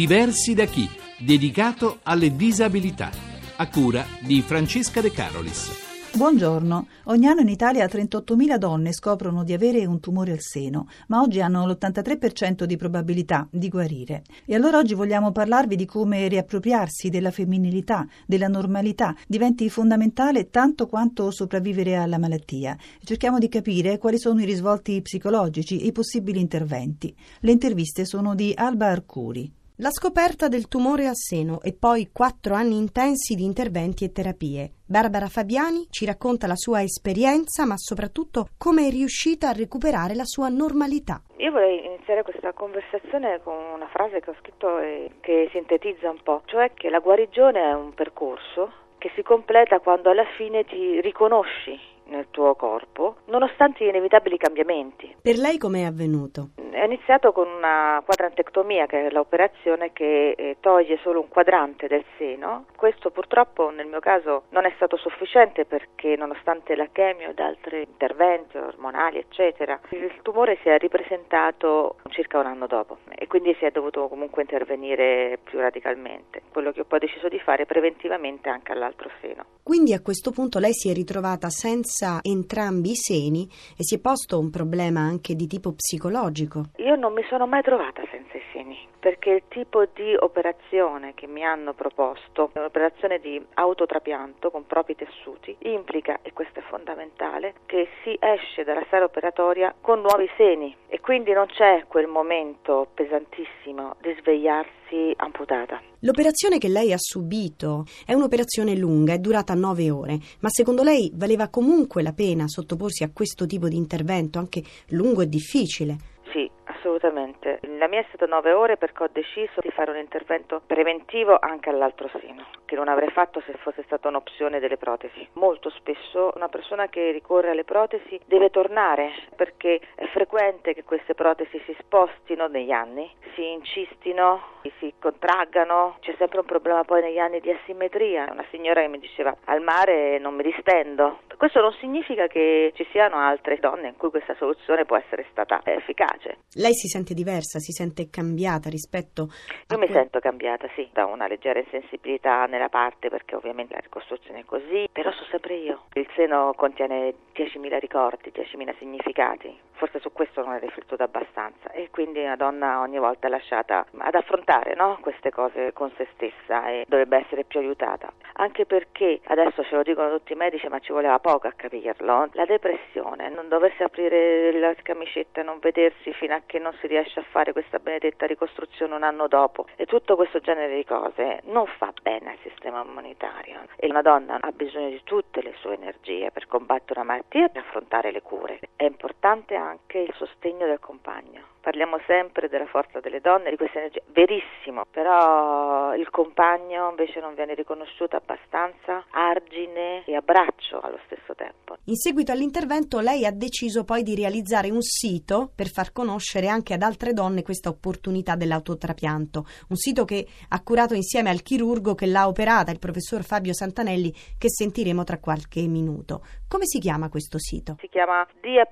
Diversi da chi? Dedicato alle disabilità. A cura di Francesca De Carolis. Buongiorno. Ogni anno in Italia 38.000 donne scoprono di avere un tumore al seno, ma oggi hanno l'83% di probabilità di guarire. E allora oggi vogliamo parlarvi di come riappropriarsi della femminilità, della normalità, diventi fondamentale tanto quanto sopravvivere alla malattia. Cerchiamo di capire quali sono i risvolti psicologici e i possibili interventi. Le interviste sono di Alba Arcuri. La scoperta del tumore al seno e poi 4 anni intensi di interventi e terapie. Barbara Fabiani ci racconta la sua esperienza, ma soprattutto come è riuscita a recuperare la sua normalità. Io vorrei iniziare questa conversazione con una frase che ho scritto e che sintetizza un po', cioè che la guarigione è un percorso che si completa quando alla fine ti riconosci nel tuo corpo, nonostante gli inevitabili cambiamenti. Per lei com'è avvenuto? È iniziato con una quadrantectomia, che è l'operazione che toglie solo un quadrante del seno. Questo purtroppo nel mio caso non è stato sufficiente perché nonostante la chemio ed altri interventi ormonali eccetera, il tumore si è ripresentato circa un anno dopo e quindi si è dovuto comunque intervenire più radicalmente. Quello che ho poi deciso di fare preventivamente anche all'altro seno. Quindi a questo punto lei si è ritrovata senza entrambi i seni e si è posto un problema anche di tipo psicologico? Io non mi sono mai trovata senza i seni, perché il tipo di operazione che mi hanno proposto è un'operazione di autotrapianto con propri tessuti, implica, e questo è fondamentale, che si esce dalla sala operatoria con nuovi seni e quindi non c'è quel momento pesantissimo di svegliarsi amputata. L'operazione che lei ha subito è un'operazione lunga, è durata 9 ore, ma secondo lei valeva comunque la pena sottoporsi a questo tipo di intervento, anche lungo e difficile? Sì, assolutamente. La mia è stata 9 ore perché ho deciso di fare un intervento preventivo anche all'altro seno, che non avrei fatto se fosse stata un'opzione delle protesi. Molto spesso una persona che ricorre alle protesi deve tornare perché è frequente che queste protesi si spostino negli anni, si incistino, si contraggano, c'è sempre un problema poi negli anni di asimmetria. Una signora che mi diceva al mare non mi distendo. Questo non significa che ci siano altre donne in cui questa soluzione può essere stata efficace. Lei si sente diversa, si sente cambiata rispetto a... Io mi sento cambiata, sì, da una leggera insensibilità nella parte, perché ovviamente la ricostruzione è così, però so sempre io. Il seno contiene 10.000 ricordi, 10.000 significati. Forse su questo non è riflettuto abbastanza e quindi una donna ogni volta è lasciata ad affrontare, no, queste cose con se stessa e dovrebbe essere più aiutata. Anche perché, adesso ce lo dicono tutti i medici, ma ci voleva poco a capirlo, la depressione, non doversi aprire la scamicetta, non vedersi fino a che non si riesce a fare questa benedetta ricostruzione un anno dopo e tutto questo genere di cose non fa bene al sistema immunitario e una donna ha bisogno di tutte le sue energie per combattere una malattia e per affrontare le cure. È importante anche il sostegno del compagno. Parliamo sempre della forza delle donne, di questa energia, verissimo, però il compagno invece non viene riconosciuto abbastanza, argine e abbraccio allo stesso tempo. In seguito all'intervento lei ha deciso poi di realizzare un sito per far conoscere anche ad altre donne questa opportunità dell'autotrapianto, un sito che ha curato insieme al chirurgo che l'ha operata, il professor Fabio Santanelli, che sentiremo tra qualche minuto. Come si chiama questo sito? Si chiama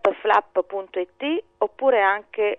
diepflap.it oppure anche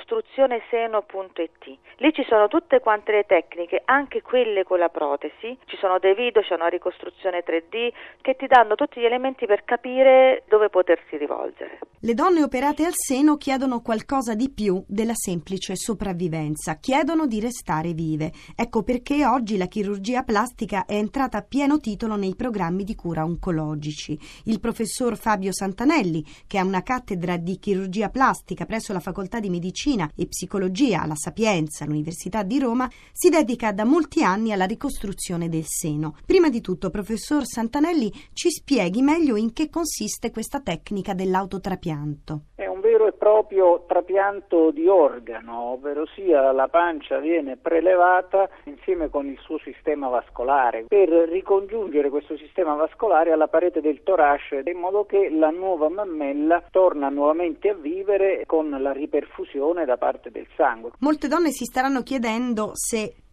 ricostruzioneseno.it. Lì ci sono tutte quante le tecniche, anche quelle con la protesi, ci sono dei video, c'è una ricostruzione 3D che ti danno tutti gli elementi per capire dove potersi rivolgere. Le donne operate al seno chiedono qualcosa di più della semplice sopravvivenza, chiedono di restare vive. Ecco perché oggi la chirurgia plastica è entrata a pieno titolo nei programmi di cura oncologici. Il professor Fabio Santanelli, che ha una cattedra di chirurgia plastica presso la Facoltà di Medicina e Psicologia alla Sapienza, all'Università di Roma, si dedica da molti anni alla ricostruzione del seno. Prima di tutto, professor Santanelli, ci spieghi meglio in che consiste questa tecnica dell'autotrapianto. È un vero e proprio trapianto di organo, ovvero sia la pancia viene prelevata insieme con il suo sistema vascolare per ricongiungere questo sistema vascolare alla parete del torace in modo che la nuova mammella torna nuovamente a vivere con la riperfusione da parte del sangue. Molte donne si staranno chiedendo se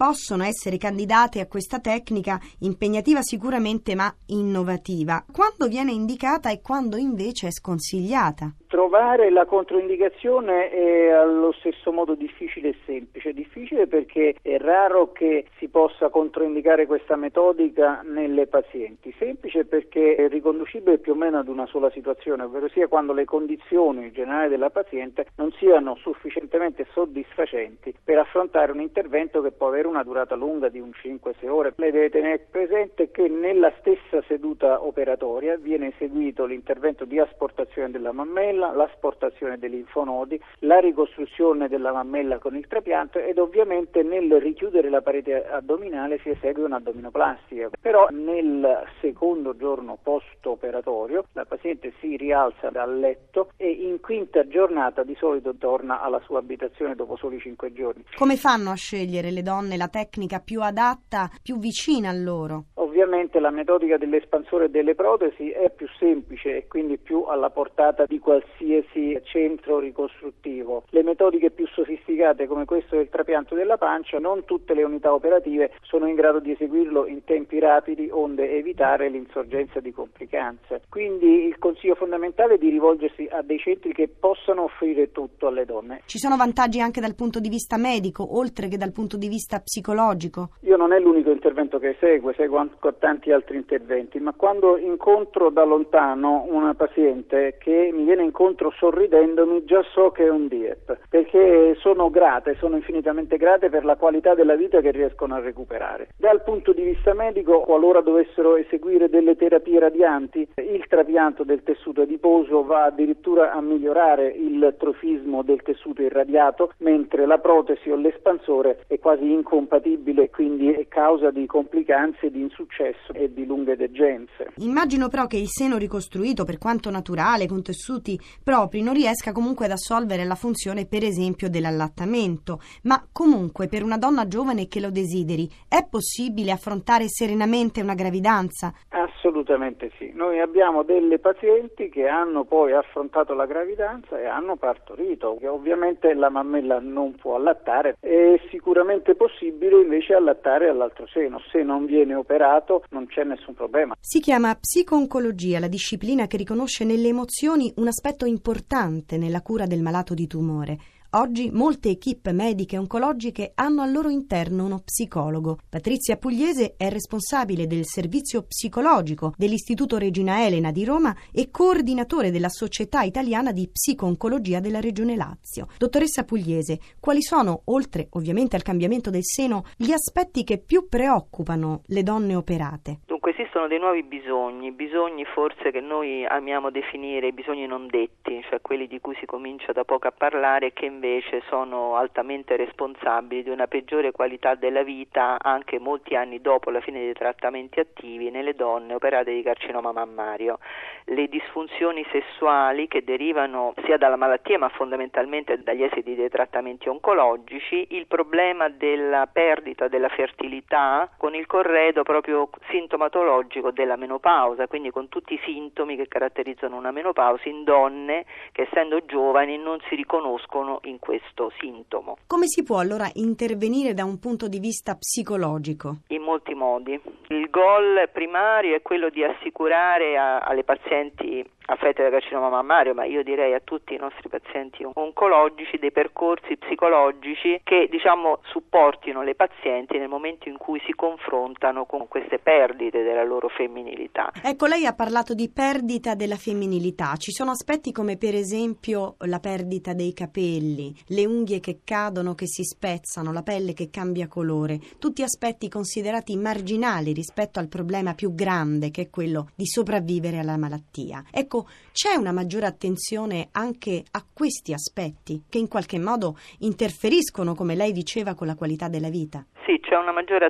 possono essere candidate a questa tecnica impegnativa sicuramente ma innovativa. Quando viene indicata e quando invece è sconsigliata? Trovare la controindicazione è allo stesso modo difficile e semplice. Difficile perché è raro che si possa controindicare questa metodica nelle pazienti. Semplice perché è riconducibile più o meno ad una sola situazione, ovvero sia quando le condizioni generali della paziente non siano sufficientemente soddisfacenti per affrontare un intervento che può avere una durata lunga di un 5-6 ore. Lei deve tenere presente che nella stessa seduta operatoria viene eseguito l'intervento di asportazione della mammella, l'asportazione dei linfonodi, la ricostruzione della mammella con il trapianto ed ovviamente nel richiudere la parete addominale si esegue un'addominoplastica. Però nel secondo giorno post-operatorio la paziente si rialza dal letto e in quinta giornata di solito torna alla sua abitazione dopo soli 5 giorni. Come fanno a scegliere le donne la tecnica più adatta, più vicina a loro? Ovviamente la metodica dell'espansore delle protesi è più semplice e quindi più alla portata di qualsiasi centro ricostruttivo. Le metodiche più sofisticate come questo del trapianto della pancia, non tutte le unità operative sono in grado di eseguirlo in tempi rapidi onde evitare l'insorgenza di complicanze. Quindi il consiglio fondamentale è di rivolgersi a dei centri che possano offrire tutto alle donne. Ci sono vantaggi anche dal punto di vista medico, oltre che dal punto di vista psicologico? Io non è l'unico intervento che seguo anche tanti altri interventi, ma quando incontro da lontano una paziente che mi viene incontro sorridendomi, già so che è un DIEP, perché sono infinitamente grate per la qualità della vita che riescono a recuperare. Dal punto di vista medico, qualora dovessero eseguire delle terapie radianti, il trapianto del tessuto adiposo va addirittura a migliorare il trofismo del tessuto irradiato, mentre la protesi o l'espansore è quasi incompatibile e quindi è causa di complicanze, di insuccesso e di lunghe degenze. Immagino però che il seno ricostruito, per quanto naturale, con tessuti propri, non riesca comunque ad assolvere la funzione, per esempio, dell'allattamento. Ma comunque, per una donna giovane che lo desideri, è possibile affrontare serenamente una gravidanza? Assolutamente sì. Noi abbiamo delle pazienti che hanno poi affrontato la gravidanza e hanno partorito. Ovviamente la mammella non può allattare, è sicuramente possibile invece allattare all'altro seno. Se non viene operato non c'è nessun problema. Si chiama psico-oncologia, la disciplina che riconosce nelle emozioni un aspetto importante nella cura del malato di tumore. Oggi molte equipe mediche oncologiche hanno al loro interno uno psicologo. Patrizia Pugliese è responsabile del servizio psicologico dell'Istituto Regina Elena di Roma e coordinatore della Società Italiana di Psico-Oncologia della Regione Lazio. Dottoressa Pugliese, quali sono, oltre ovviamente al cambiamento del seno, gli aspetti che più preoccupano le donne operate? Dunque esistono dei nuovi bisogni forse che noi amiamo definire i bisogni non detti, cioè quelli di cui si comincia da poco a parlare e che invece sono altamente responsabili di una peggiore qualità della vita anche molti anni dopo la fine dei trattamenti attivi nelle donne operate di carcinoma mammario. Le disfunzioni sessuali che derivano sia dalla malattia ma fondamentalmente dagli esiti dei trattamenti oncologici, il problema della perdita della fertilità con il corredo proprio sintomatologico della menopausa, quindi con tutti i sintomi che caratterizzano una menopausa in donne che essendo giovani non si riconoscono in questo sintomo. Come si può allora intervenire da un punto di vista psicologico? In molti modi. Il goal primario è quello di assicurare alle pazienti affette da carcinoma mammario, ma io direi a tutti i nostri pazienti oncologici, dei percorsi psicologici che supportino le pazienti nel momento in cui si confrontano con queste perdite della loro femminilità. Ecco, lei ha parlato di perdita della femminilità. Ci sono aspetti come per esempio la perdita dei capelli, le unghie che cadono, che si spezzano, la pelle che cambia colore, tutti aspetti considerati marginali rispetto al problema più grande che è quello di sopravvivere alla malattia. Ecco, c'è una maggiore attenzione anche a questi aspetti che in qualche modo interferiscono, come lei diceva, con la qualità della vita? Sì, c'è una maggiore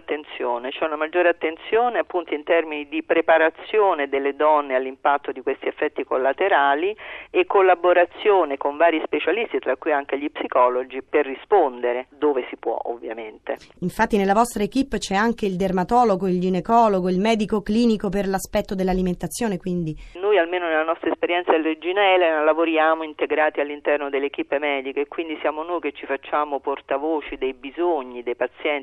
attenzione appunto in termini di preparazione delle donne all'impatto di questi effetti collaterali e collaborazione con vari specialisti, tra cui anche gli psicologi, per rispondere dove si può, ovviamente. Infatti nella vostra equipe c'è anche il dermatologo, il ginecologo, il medico clinico per l'aspetto dell'alimentazione, quindi? Noi, almeno nella nostra esperienza del Regina Elena, lavoriamo integrati all'interno delle equipe mediche, quindi siamo noi che ci facciamo portavoci dei bisogni dei pazienti, qualsiasi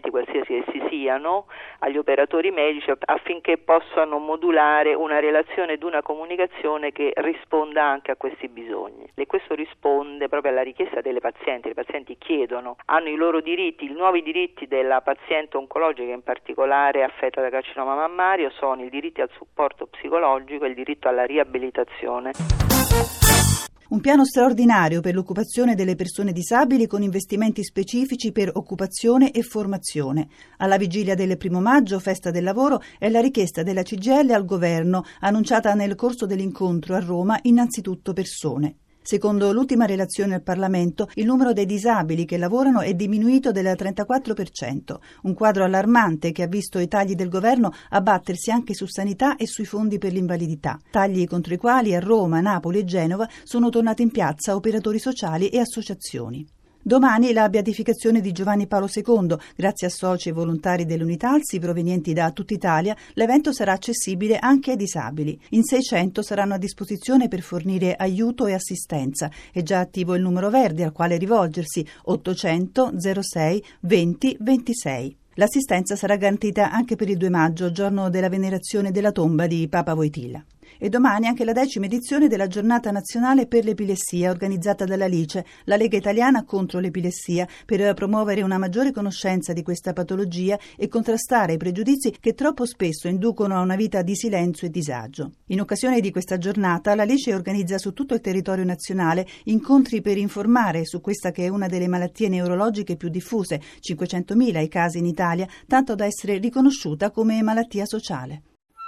essi siano, agli operatori medici, affinché possano modulare una relazione ed una comunicazione che risponda anche a questi bisogni. E questo risponde proprio alla richiesta delle pazienti. Le pazienti chiedono, hanno i loro diritti, i nuovi diritti della paziente oncologica, in particolare affetta da carcinoma mammario, sono il diritto al supporto psicologico e il diritto alla riabilitazione. Un piano straordinario per l'occupazione delle persone disabili con investimenti specifici per occupazione e formazione. Alla vigilia del 1° maggio, festa del lavoro, è la richiesta della CGIL al governo, annunciata nel corso dell'incontro a Roma, innanzitutto persone. Secondo l'ultima relazione al Parlamento, il numero dei disabili che lavorano è diminuito del 34%, un quadro allarmante che ha visto i tagli del governo abbattersi anche su sanità e sui fondi per l'invalidità, tagli contro i quali a Roma, Napoli e Genova sono tornati in piazza operatori sociali e associazioni. Domani la beatificazione di Giovanni Paolo II. Grazie a soci e volontari dell'Unitalsi provenienti da tutta Italia, l'evento sarà accessibile anche ai disabili. In 600 saranno a disposizione per fornire aiuto e assistenza. È già attivo il numero verde al quale rivolgersi, 800 06 20 26. L'assistenza sarà garantita anche per il 2 maggio, giorno della venerazione della tomba di Papa Wojtyla. E domani anche la 10ª edizione della Giornata Nazionale per l'Epilessia, organizzata dalla LICE, la Lega Italiana contro l'Epilessia, per promuovere una maggiore conoscenza di questa patologia e contrastare i pregiudizi che troppo spesso inducono a una vita di silenzio e disagio. In occasione di questa giornata, la LICE organizza su tutto il territorio nazionale incontri per informare su questa che è una delle malattie neurologiche più diffuse, 500.000 i casi in Italia, tanto da essere riconosciuta come malattia sociale.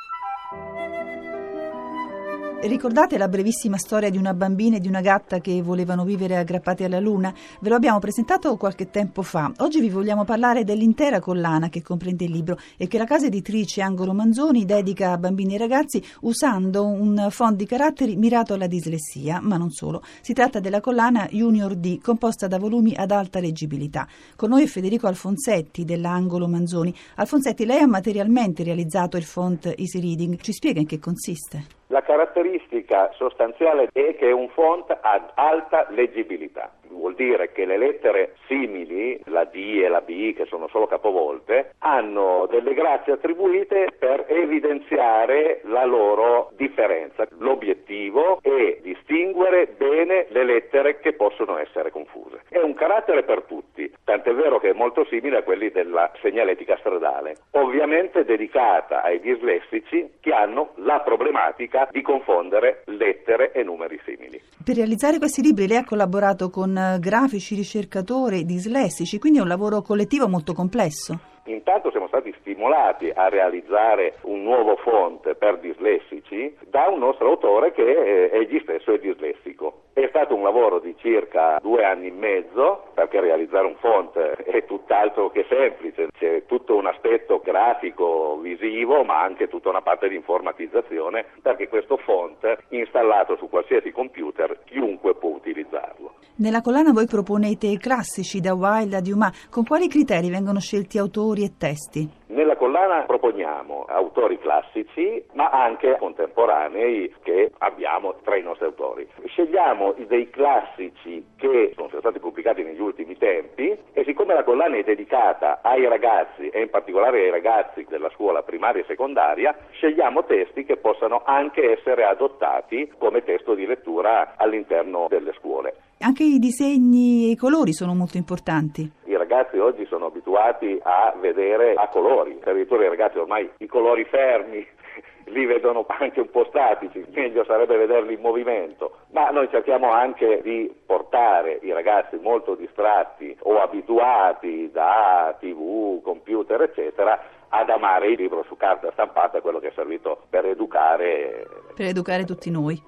Ricordate la brevissima storia di una bambina e di una gatta che volevano vivere aggrappati alla luna? Ve lo abbiamo presentato qualche tempo fa. Oggi vi vogliamo parlare dell'intera collana che comprende il libro e che la casa editrice Angolo Manzoni dedica a bambini e ragazzi usando un font di caratteri mirato alla dislessia, ma non solo. Si tratta della collana Junior D, composta da volumi ad alta leggibilità. Con noi è Federico Alfonsetti della Angolo Manzoni. Alfonsetti, lei ha materialmente realizzato il font Easy Reading. Ci spiega in che consiste? La caratteristica sostanziale è che è un font ad alta leggibilità. Vuol dire che le lettere simili, la D e la B, che sono solo capovolte, hanno delle grazie attribuite per evidenziare la loro differenza. L'obiettivo è distinguere bene le lettere che possono essere confuse. È un carattere per tutti, tant'è vero che è molto simile a quelli della segnaletica stradale, ovviamente dedicata ai dislessici che hanno la problematica di confondere lettere e numeri simili. Per realizzare questi libri lei ha collaborato con grafici, ricercatori, dislessici, quindi è un lavoro collettivo molto complesso. Intanto siamo stati stimolati a realizzare un nuovo font per dislessici da un nostro autore che egli stesso è dislessico. È stato un lavoro di circa 2 anni e mezzo, perché realizzare un font è tutt'altro che semplice. C'è tutto un aspetto grafico, visivo, ma anche tutta una parte di informatizzazione, perché questo font, installato su qualsiasi computer, chiunque può utilizzarlo. Nella collana voi proponete classici da Wilde a Dumas. Con quali criteri vengono scelti autori e testi? Nella collana proponiamo autori classici, ma anche contemporanei che abbiamo tra i nostri autori. Scegliamo dei classici che sono stati pubblicati negli ultimi tempi e siccome la collana è dedicata ai ragazzi e in particolare ai ragazzi della scuola primaria e secondaria, scegliamo testi che possano anche essere adottati come testo di lettura all'interno delle scuole. Anche i disegni e i colori sono molto importanti. I ragazzi oggi sono abituati a vedere a colori, addirittura i ragazzi ormai i colori fermi li vedono anche un po' statici, meglio sarebbe vederli in movimento, ma noi cerchiamo anche di portare i ragazzi molto distratti o abituati da TV, computer eccetera ad amare il libro su carta stampata, quello che è servito per educare tutti noi.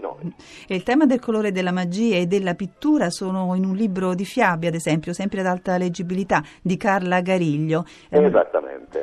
E il tema del colore, della magia e della pittura sono in un libro di fiabe, ad esempio, sempre ad alta leggibilità, di Carla Gariglio. Esattamente.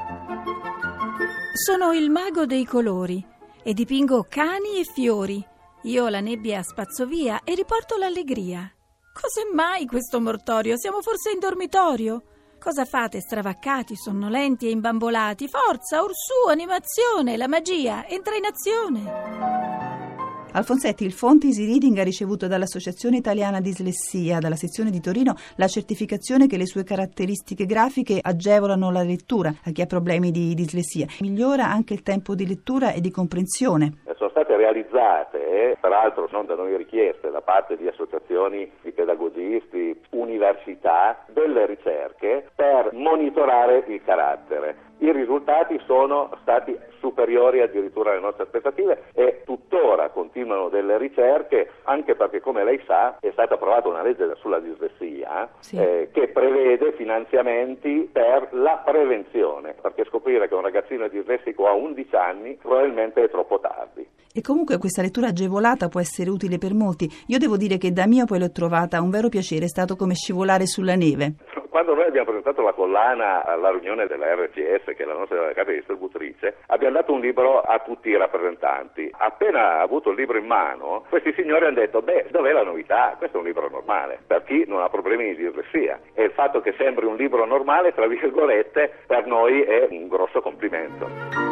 Sono il mago dei colori e dipingo cani e fiori. Io la nebbia spazzo via e riporto l'allegria. Cos'è mai questo mortorio? Siamo forse in dormitorio? Cosa fate stravaccati, sonnolenti e imbambolati? Forza, orsù, animazione, la magia entra in azione. Alfonsetti, il Fonti Easy Reading ha ricevuto dall'Associazione Italiana Dislessia, dalla sezione di Torino, la certificazione che le sue caratteristiche grafiche agevolano la lettura a chi ha problemi di dislessia. Migliora anche il tempo di lettura e di comprensione. Sono state realizzate, peraltro non da noi richieste, da parte di associazioni di pedagogisti, università, delle ricerche per monitorare il carattere. I risultati sono stati superiori addirittura alle nostre aspettative e tuttora continuano delle ricerche, anche perché, come lei sa, è stata approvata una legge sulla dislessia che prevede finanziamenti per la prevenzione, perché scoprire che un ragazzino è dislessico a 11 anni probabilmente è troppo tardi. E comunque questa lettura agevolata può essere utile per molti. Io devo dire che da miope l'ho trovata un vero piacere, è stato come scivolare sulla neve. Quando noi abbiamo presentato la collana alla riunione della RCS, che è la nostra casa distributrice, abbiamo dato un libro a tutti i rappresentanti. Appena avuto il libro in mano, questi signori hanno detto: dov'è la novità? Questo è un libro normale, per chi non ha problemi di dislessia. E il fatto che sembri un libro normale, tra virgolette, per noi è un grosso complimento.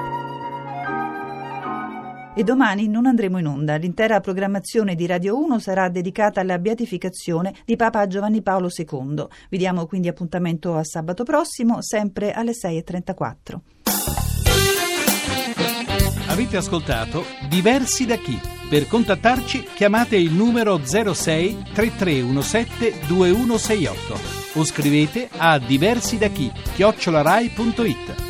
E domani non andremo in onda. L'intera programmazione di Radio 1 sarà dedicata alla beatificazione di Papa Giovanni Paolo II. Vi diamo quindi appuntamento a sabato prossimo, sempre alle 6:34. Avete ascoltato Diversi da chi? Per contattarci chiamate il numero 06 3317 2168 o scrivete a diversidachi@rai.it.